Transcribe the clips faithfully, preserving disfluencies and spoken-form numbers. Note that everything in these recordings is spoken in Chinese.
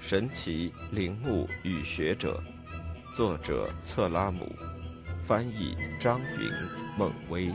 神奇陵墓与学者，作者策拉姆，翻译张云、孟威。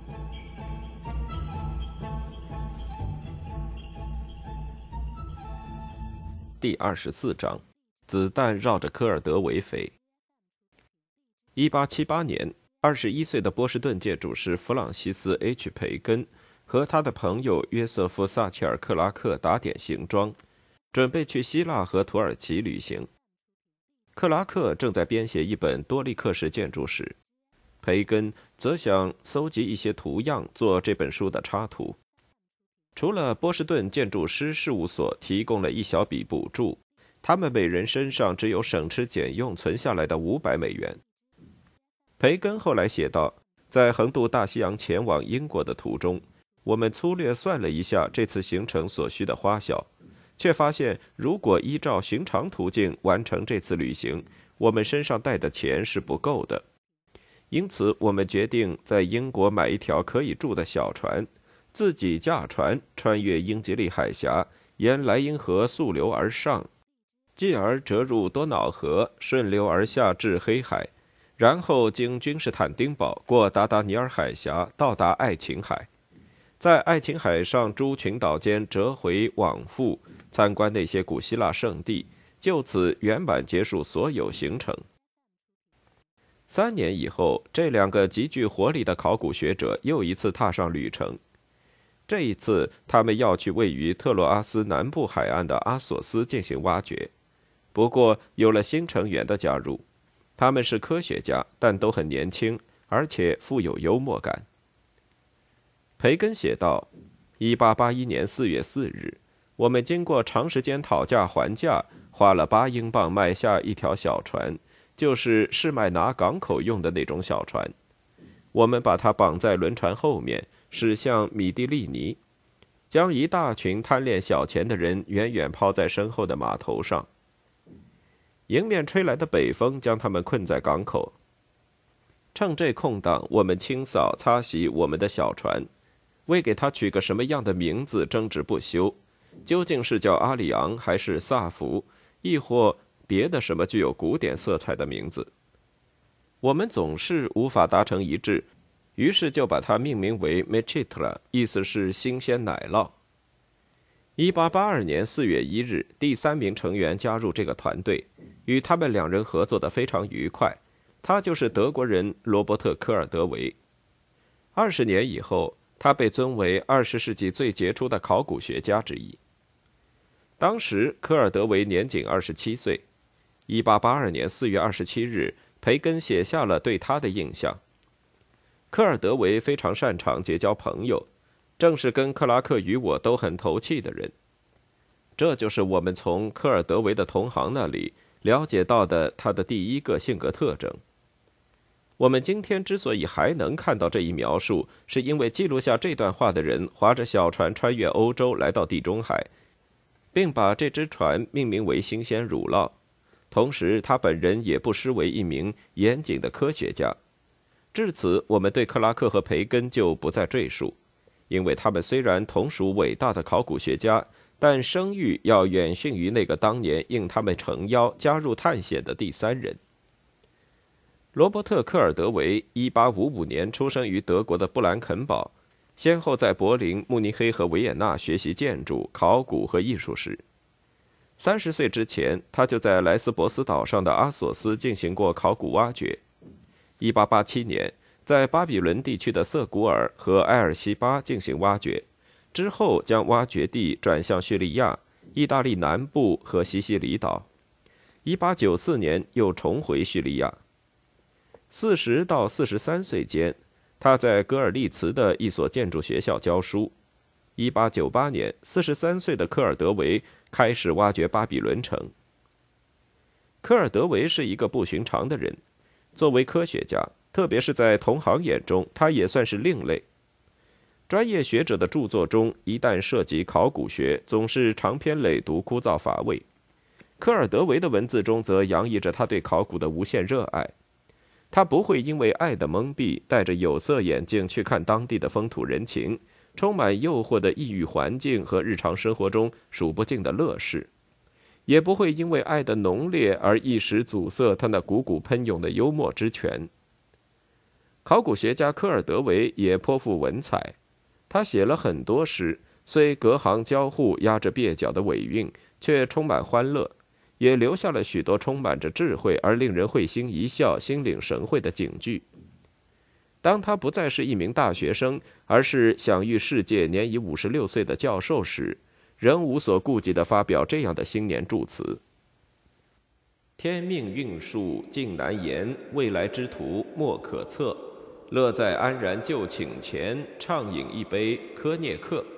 第二十四章：子弹绕着科尔德维飞。一八七八年，二十一岁的波士顿建筑师弗朗西斯 ·H· 培根和他的朋友约瑟夫·萨切尔·克拉克打点行装，准备去希腊和土耳其旅行。克拉克正在编写一本多利克式建筑史，培根则想搜集一些图样做这本书的插图。除了波士顿建筑师事务所提供了一小笔补助，他们每人身上只有省吃俭用存下来的五百美元。培根后来写道，在横渡大西洋前往英国的途中，我们粗略算了一下这次行程所需的花销，却发现如果依照寻常途径完成这次旅行，我们身上带的钱是不够的。因此我们决定在英国买一条可以住的小船，自己驾船穿越英吉利海峡，沿莱茵河溯流而上，继而折入多瑙河，顺流而下至黑海，然后经君士坦丁堡过达达尼尔海峡到达爱琴海，在爱琴海上诸群岛间折回往复，参观那些古希腊圣地，就此圆满结束所有行程。三年以后，这两个极具活力的考古学者又一次踏上旅程。这一次，他们要去位于特洛阿斯南部海岸的阿索斯进行挖掘。不过，有了新成员的加入，他们是科学家，但都很年轻，而且富有幽默感。培根写道：一八八一年四月四日，我们经过长时间讨价还价，花了八英镑买下一条小船，就是士麦拿港口用的那种小船。我们把它绑在轮船后面，驶向米蒂利尼，将一大群贪恋小钱的人远远抛在身后的码头上。迎面吹来的北风将他们困在港口。趁这空档，我们清扫擦洗我们的小船，为给它取个什么样的名字争执不休，究竟是叫阿里昂还是萨福，亦或别的什么具有古典色彩的名字。我们总是无法达成一致，于是就把它命名为 Mechitra， 意思是新鲜奶酪。一八八二年四月一日，第三名成员加入这个团队，与他们两人合作得非常愉快。他就是德国人罗伯特·科尔德维。二十年以后，他被尊为二十世纪最杰出的考古学家之一。当时科尔德维年仅二十七岁。一八八二年四月二十七日，培根写下了对他的印象。科尔德维非常擅长结交朋友，正是跟克拉克与我都很投契的人。这就是我们从科尔德维的同行那里了解到的他的第一个性格特征。我们今天之所以还能看到这一描述，是因为记录下这段话的人划着小船穿越欧洲来到地中海，并把这只船命名为新鲜乳酪。同时他本人也不失为一名严谨的科学家。至此，我们对克拉克和培根就不再赘述，因为他们虽然同属伟大的考古学家，但声誉要远逊于那个当年应他们诚邀加入探险的第三人。罗伯特·科尔德维一八五五年出生于德国的布兰肯堡，先后在柏林、慕尼黑和维也纳学习建筑、考古和艺术史。三十岁之前，他就在莱斯博斯岛上的阿索斯进行过考古挖掘。一八八七年，在巴比伦地区的瑟古尔和埃尔西巴进行挖掘，之后将挖掘地转向叙利亚、意大利南部和西西里岛。一八九四年又重回叙利亚。四十到四十三岁间，他在格尔利茨的一所建筑学校教书。一八九八年，四十三岁的科尔德维开始挖掘巴比伦城。科尔德维是一个不寻常的人。作为科学家，特别是在同行眼中，他也算是另类。专业学者的著作中，一旦涉及考古学，总是长篇累牍、枯燥乏味。科尔德维的文字中则洋溢着他对考古的无限热爱。他不会因为爱的蒙蔽，戴着有色眼镜去看当地的风土人情，充满诱惑的异域环境和日常生活中数不尽的乐事。 也不会因为爱的浓烈而一时阻塞他那汩汩喷涌的幽默之泉。考古学家科尔德维也颇富文采，他写了很多诗，虽隔行交互压着蹩脚的尾韵，却充满欢乐，也留下了许多充满着智慧而令人会心一笑、心领神会的警句。当他不再是一名大学生，而是享誉世界、年已五十六岁的教授时，仍无所顾忌地发表这样的新年祝词：天命运数尽难言，未来之途莫可测。乐在安然就寝前，畅饮一杯科涅克。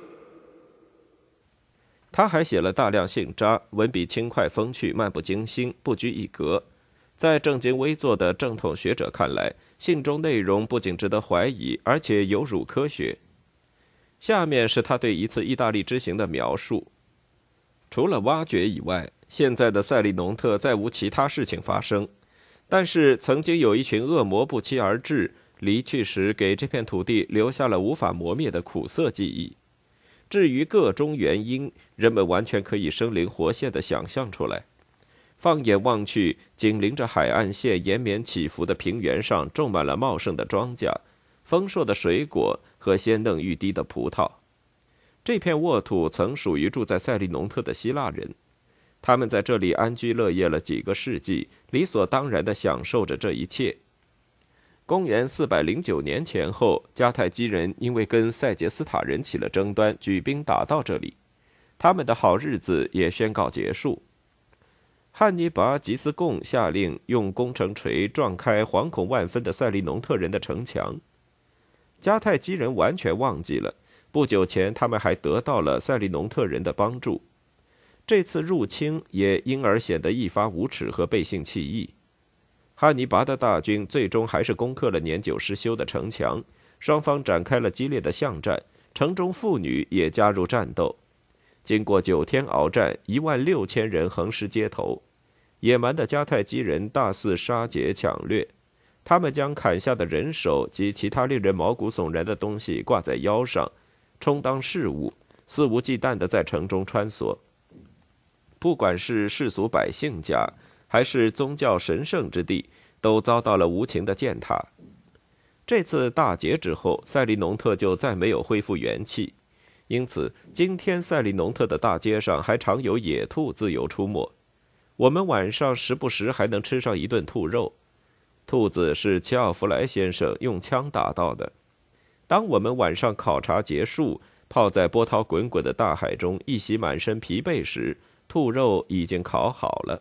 他还写了大量信札，文笔轻快风趣，漫不经心，不拘一格。在正襟危坐的正统学者看来，信中内容不仅值得怀疑，而且有辱科学。下面是他对一次意大利之行的描述：除了挖掘以外，现在的塞利农特再无其他事情发生。但是曾经有一群恶魔不期而至，离去时给这片土地留下了无法磨灭的苦涩记忆。至于个中原因，人们完全可以生灵活现地想象出来。放眼望去，紧邻着海岸线延绵起伏的平原上种满了茂盛的庄稼、丰硕的水果和鲜嫩欲滴的葡萄。这片沃土曾属于住在塞利农特的希腊人，他们在这里安居乐业了几个世纪，理所当然地享受着这一切。公元四百零九年前后，迦太基人因为跟塞杰斯塔人起了争端，举兵打到这里，他们的好日子也宣告结束。汉尼拔·吉斯贡下令用工程锤撞开惶恐万分的塞利农特人的城墙。迦太基人完全忘记了，不久前他们还得到了塞利农特人的帮助。这次入侵也因而显得一发无耻和背信弃义。汉尼拔的大军最终还是攻克了年久失修的城墙，双方展开了激烈的巷战，城中妇女也加入战斗。经过九天鏖战，一万六千人横尸街头。野蛮的迦太基人大肆杀劫抢掠，他们将砍下的人手及其他令人毛骨悚然的东西挂在腰上，充当饰物，肆无忌惮地在城中穿梭。不管是世俗百姓家，还是宗教神圣之地，都遭到了无情的践踏。这次大劫之后，塞利农特就再没有恢复元气，因此今天塞利农特的大街上还常有野兔自由出没。我们晚上时不时还能吃上一顿兔肉。兔子是齐奥弗莱先生用枪打到的。当我们晚上考察结束，泡在波涛滚滚的大海中，一袭满身疲惫时，兔肉已经烤好了。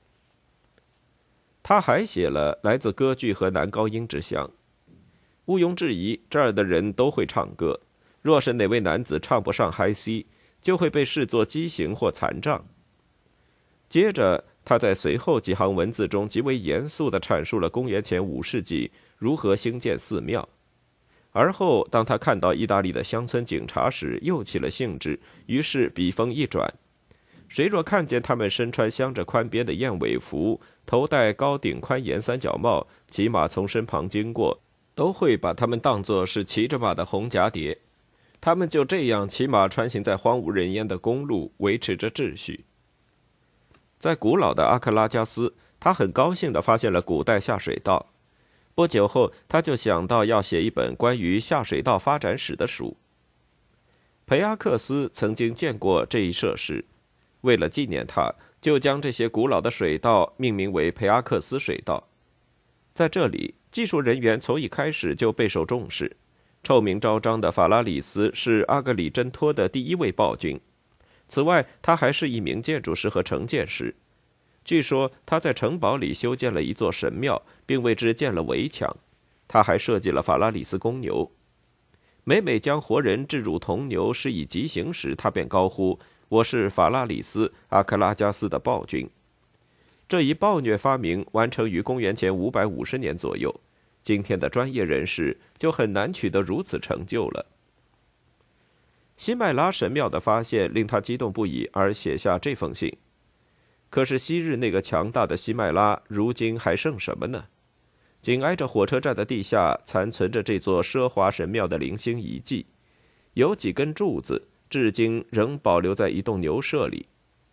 他还写了来自歌剧和男高音之乡。毋庸置疑，这儿的人都会唱歌，若是哪位男子唱不上嗨 C， 就会被视作畸形或残障。接着，他在随后几行文字中极为严肃地阐述了公元前五世纪如何兴建寺庙。而后，当他看到意大利的乡村警察时，又起了兴致，于是笔锋一转。谁若看见他们身穿镶着宽边的燕尾服，头戴高顶宽檐三角帽，骑马从身旁经过，都会把他们当作是骑着马的红蛱蝶。他们就这样骑马穿行在荒无人烟的公路，维持着秩序。在古老的阿克拉加斯，他很高兴地发现了古代下水道。不久后，他就想到要写一本关于下水道发展史的书。培阿克斯曾经见过这一设施，为了纪念他，就将这些古老的水道命名为培阿克斯水道。在这里，技术人员从一开始就备受重视。臭名昭彰的法拉里斯是阿格里真托的第一位暴君。此外，他还是一名建筑师和城建师。据说他在城堡里修建了一座神庙，并为之建了围墙。他还设计了法拉里斯公牛。每每将活人置入铜牛施以极刑时，他便高呼：“我是法拉里斯，阿克拉加斯的暴君。”这一暴虐发明完成于公元前五百五十年左右。今天的专业人士就很难取得如此成就了。西麦拉神庙的发现令他激动不已，而写下这封信。可是昔日那个强大的西麦拉，如今还剩什么呢？紧挨着火车站的地下残存着这座奢华神庙的零星遗迹，有几根柱子至今仍保留在一栋牛舍里。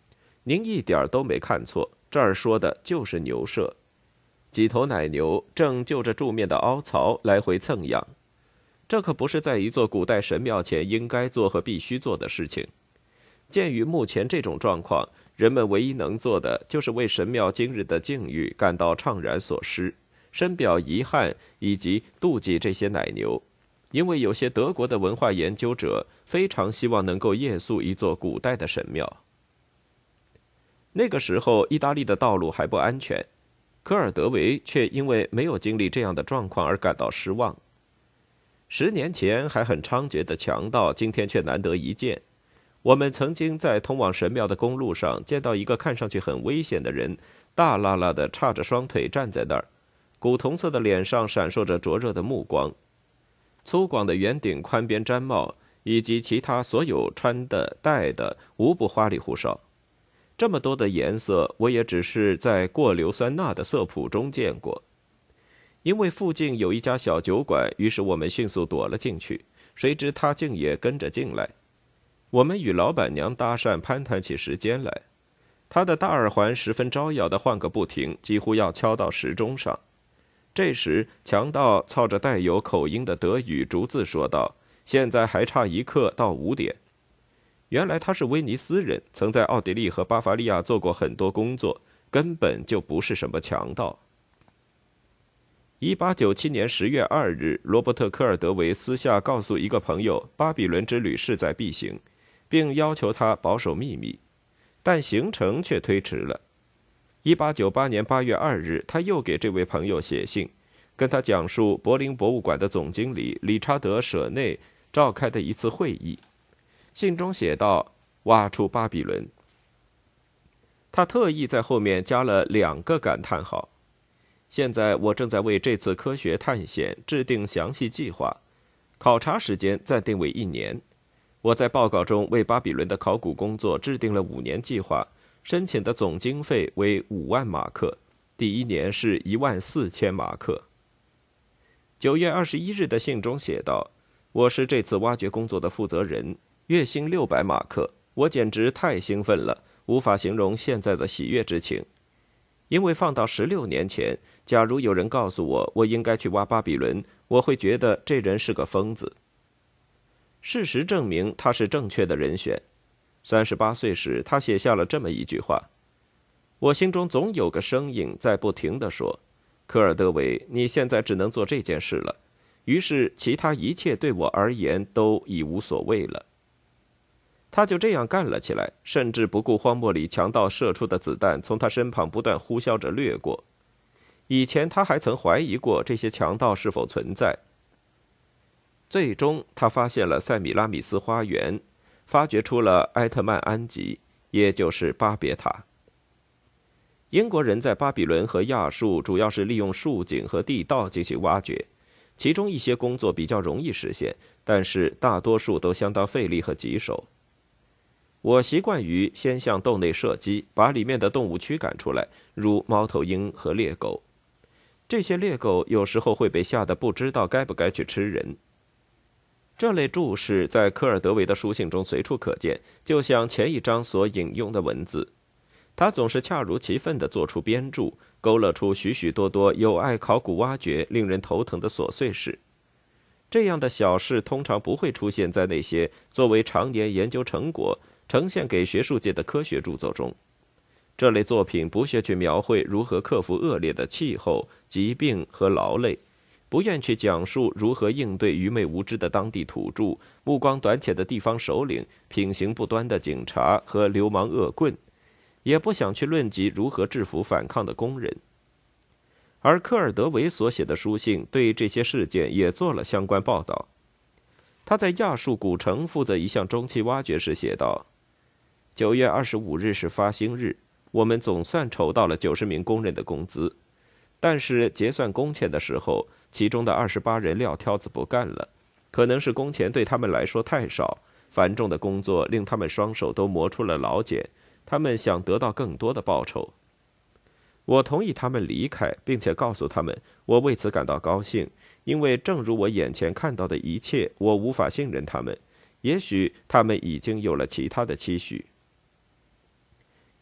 您一点都没看错，这儿说的就是牛舍。几头奶牛正就着柱面的凹槽来回蹭痒，这可不是在一座古代神庙前应该做和必须做的事情。鉴于目前这种状况，人们唯一能做的就是为神庙今日的境遇感到怅然所失，深表遗憾以及妒忌这些奶牛，因为有些德国的文化研究者非常希望能够夜宿一座古代的神庙。那个时候，意大利的道路还不安全，科尔德维却因为没有经历这样的状况而感到失望。十年前还很猖獗的强盗，今天却难得一见。我们曾经在通往神庙的公路上见到一个看上去很危险的人，大喇喇地叉着双腿站在那儿，古铜色的脸上闪烁着灼热的目光。粗犷的圆顶宽边毡帽以及其他所有穿的戴的无不花里胡哨。这么多的颜色，我也只是在过硫酸钠的色谱中见过。因为附近有一家小酒馆，于是我们迅速躲了进去，谁知他竟也跟着进来。我们与老板娘搭讪，攀谈起时间来。她的大耳环十分招摇地晃个不停，几乎要敲到时钟上。这时，强盗操着带有口音的德语逐字说道：“现在还差一刻到五点。”原来他是威尼斯人，曾在奥地利和巴伐利亚做过很多工作，根本就不是什么强盗。一八九七年十月二日，罗伯特·科尔德维私下告诉一个朋友，巴比伦之旅势在必行，并要求他保守秘密，但行程却推迟了。一八九八年八月二日，他又给这位朋友写信，跟他讲述柏林博物馆的总经理理查德·舍内召开的一次会议。信中写道：“挖出巴比伦。”他特意在后面加了两个感叹号。现在我正在为这次科学探险制定详细计划，考察时间暂定为一年。我在报告中为巴比伦的考古工作制定了五年计划，申请的总经费为五万马克，第一年是一万四千马克。九月二十一日的信中写道：“我是这次挖掘工作的负责人，月薪六百马克，我简直太兴奋了，无法形容现在的喜悦之情。因为放到十六年前，假如有人告诉我我应该去挖巴比伦，我会觉得这人是个疯子。”事实证明他是正确的人选。三十八岁时，他写下了这么一句话：“我心中总有个声音在不停地说，科尔德维，你现在只能做这件事了。于是其他一切对我而言都已无所谓了。”他就这样干了起来，甚至不顾荒漠里强盗射出的子弹从他身旁不断呼啸着掠过。以前他还曾怀疑过这些强盗是否存在。最终，他发现了塞米拉米斯花园，发掘出了埃特曼安吉，也就是巴别塔。英国人在巴比伦和亚述主要是利用竖井和地道进行挖掘，其中一些工作比较容易实现，但是大多数都相当费力和棘手。我习惯于先向洞内射击，把里面的动物驱赶出来，如猫头鹰和猎狗。这些猎狗有时候会被吓得不知道该不该去吃人。这类注释在科尔德维的书信中随处可见，就像前一章所引用的文字。他总是恰如其分地做出编注，勾勒出许许多多有碍考古挖掘、令人头疼的琐碎事。这样的小事通常不会出现在那些作为常年研究成果呈现给学术界的科学著作中。这类作品不屑去描绘如何克服恶劣的气候、疾病和劳累，不愿去讲述如何应对愚昧无知的当地土著、目光短浅的地方首领、品行不端的警察和流氓恶棍，也不想去论及如何制服反抗的工人。而科尔德维所写的书信对这些事件也做了相关报道。他在亚述古城负责一项中期挖掘时写道：“九月二十五日是发薪日，我们总算筹到了九十名工人的工资，但是结算工钱的时候，其中的二十八人撂挑子不干了，可能是工钱对他们来说太少，繁重的工作令他们双手都磨出了老茧，他们想得到更多的报酬。我同意他们离开，并且告诉他们，我为此感到高兴，因为正如我眼前看到的一切，我无法信任他们，也许他们已经有了其他的期许。”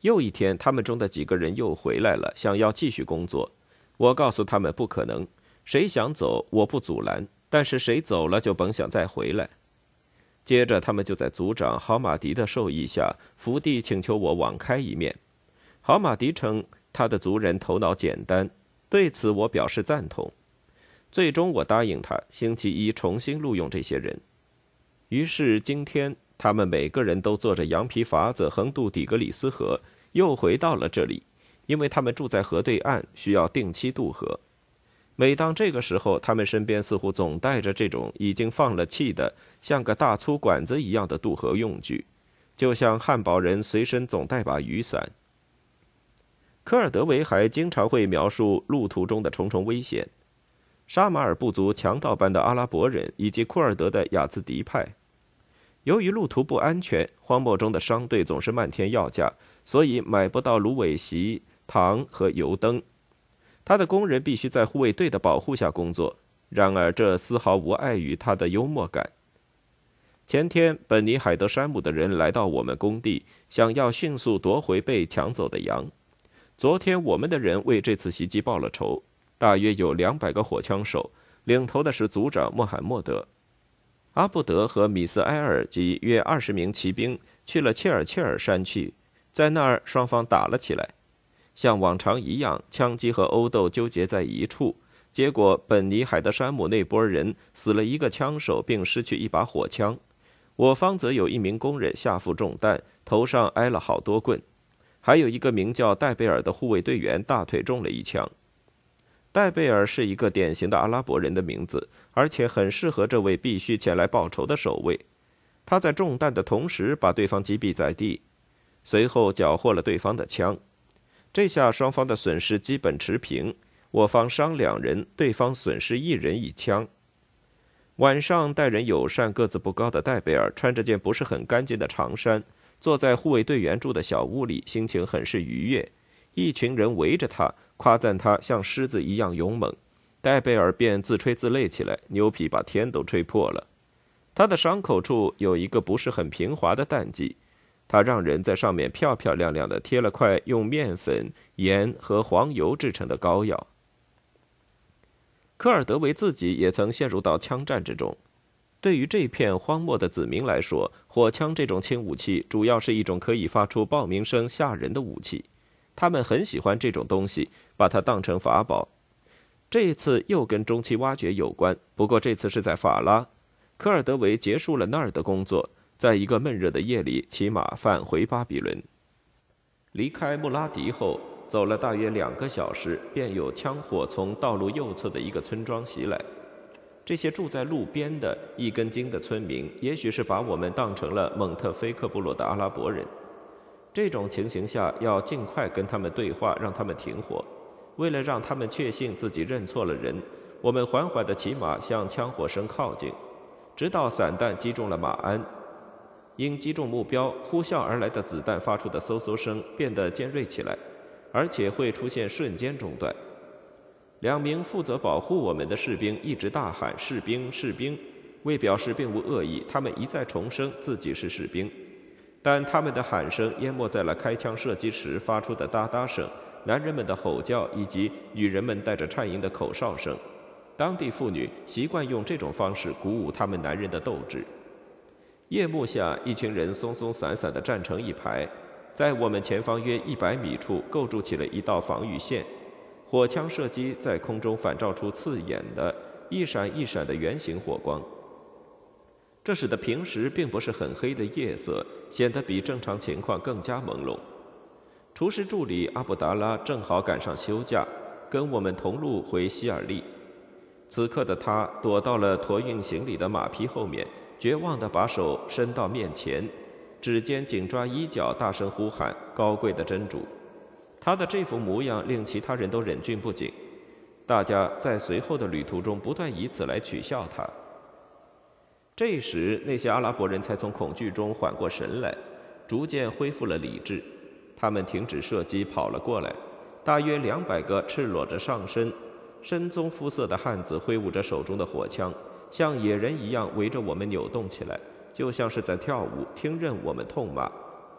又一天，他们中的几个人又回来了，想要继续工作。我告诉他们不可能，谁想走我不阻拦，但是谁走了就甭想再回来。接着，他们就在族长豪马迪的授意下，伏地请求我网开一面。豪马迪称他的族人头脑简单，对此我表示赞同。最终我答应他，星期一重新录用这些人。于是今天，他们每个人都坐着羊皮筏子横渡底格里斯河，又回到了这里，因为他们住在河对岸，需要定期渡河。每当这个时候，他们身边似乎总带着这种已经放了气的像个大粗管子一样的渡河用具，就像汉堡人随身总带把雨伞。科尔德维还经常会描述路途中的重重危险，沙马尔部族强盗般的阿拉伯人以及库尔德的雅兹迪派。由于路途不安全，荒漠中的商队总是漫天要价，所以买不到芦苇席、糖和油灯。他的工人必须在护卫队的保护下工作，然而这丝毫无碍于他的幽默感。前天，本尼海德山姆的人来到我们工地，想要迅速夺回被抢走的羊。昨天，我们的人为这次袭击报了仇，大约有两百个火枪手，领头的是族长穆罕默德。阿布德和米斯埃尔及约二十名骑兵去了切尔切尔山区，在那儿双方打了起来。像往常一样，枪击和殴斗纠结在一处，结果本尼海德山姆那波人死了一个枪手，并失去一把火枪。我方则有一名工人下腹中弹，头上挨了好多棍，还有一个名叫戴贝尔的护卫队员大腿中了一枪。戴贝尔是一个典型的阿拉伯人的名字，而且很适合这位必须前来报仇的守卫。他在中弹的同时把对方击毙在地，随后缴获了对方的枪。这下双方的损失基本持平，我方伤两人，对方损失一人一枪。晚上，待人友善、个子不高的戴贝尔穿着件不是很干净的长衫，坐在护卫队员住的小屋里，心情很是愉悦。一群人围着他，夸赞他像狮子一样勇猛。戴贝尔便自吹自擂起来，牛皮把天都吹破了。他的伤口处有一个不是很平滑的弹迹，他让人在上面漂漂亮亮地贴了块用面粉、盐和黄油制成的膏药。科尔德维自己也曾陷入到枪战之中。对于这片荒漠的子民来说，火枪这种轻武器主要是一种可以发出爆鸣声吓人的武器。他们很喜欢这种东西，把它当成法宝。这一次又跟中期挖掘有关，不过这次是在法拉。科尔德维结束了那儿的工作，在一个闷热的夜里骑马返回巴比伦。离开穆拉迪后，走了大约两个小时，便有枪火从道路右侧的一个村庄袭来。这些住在路边的一根筋的村民，也许是把我们当成了蒙特菲克部落的阿拉伯人。这种情形下，要尽快跟他们对话，让他们停火。为了让他们确信自己认错了人，我们缓缓地骑马向枪火声靠近，直到散弹击中了马鞍。因击中目标，呼啸而来的子弹发出的嗖嗖声变得尖锐起来，而且会出现瞬间中断。两名负责保护我们的士兵一直大喊“士兵，士兵”，为表示并无恶意，他们一再重申自己是士兵。但他们的喊声淹没在了开枪射击时发出的哒哒声、男人们的吼叫以及女人们带着颤音的口哨声。当地妇女习惯用这种方式鼓舞他们男人的斗志。夜幕下，一群人松松散散地站成一排，在我们前方约一百米处构筑起了一道防御线。火枪射击在空中反照出刺眼的一闪一闪的圆形火光，这使得平时并不是很黑的夜色显得比正常情况更加朦胧。厨师助理阿卜达拉正好赶上休假，跟我们同路回希尔利。此刻的他躲到了驮运行李的马匹后面，绝望地把手伸到面前，指尖紧抓衣角，大声呼喊：“高贵的真主！”他的这副模样令其他人都忍俊不禁，大家在随后的旅途中不断以此来取笑他。这时，那些阿拉伯人才从恐惧中缓过神来，逐渐恢复了理智。他们停止射击，跑了过来。大约两百个赤裸着上身、深棕肤色的汉子挥舞着手中的火枪，像野人一样围着我们扭动起来，就像是在跳舞，听任我们痛骂。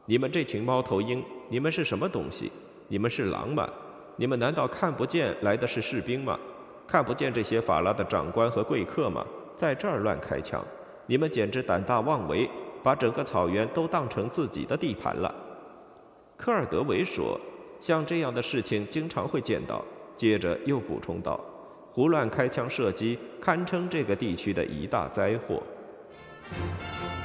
你们这群猫头鹰，你们是什么东西？你们是狼吗？你们难道看不见来的是士兵吗？看不见这些法拉的长官和贵客吗？在这儿乱开枪，你们简直胆大妄为，把整个草原都当成自己的地盘了。科尔德维说，像这样的事情经常会见到。接着又补充道，胡乱开枪射击堪称这个地区的一大灾祸。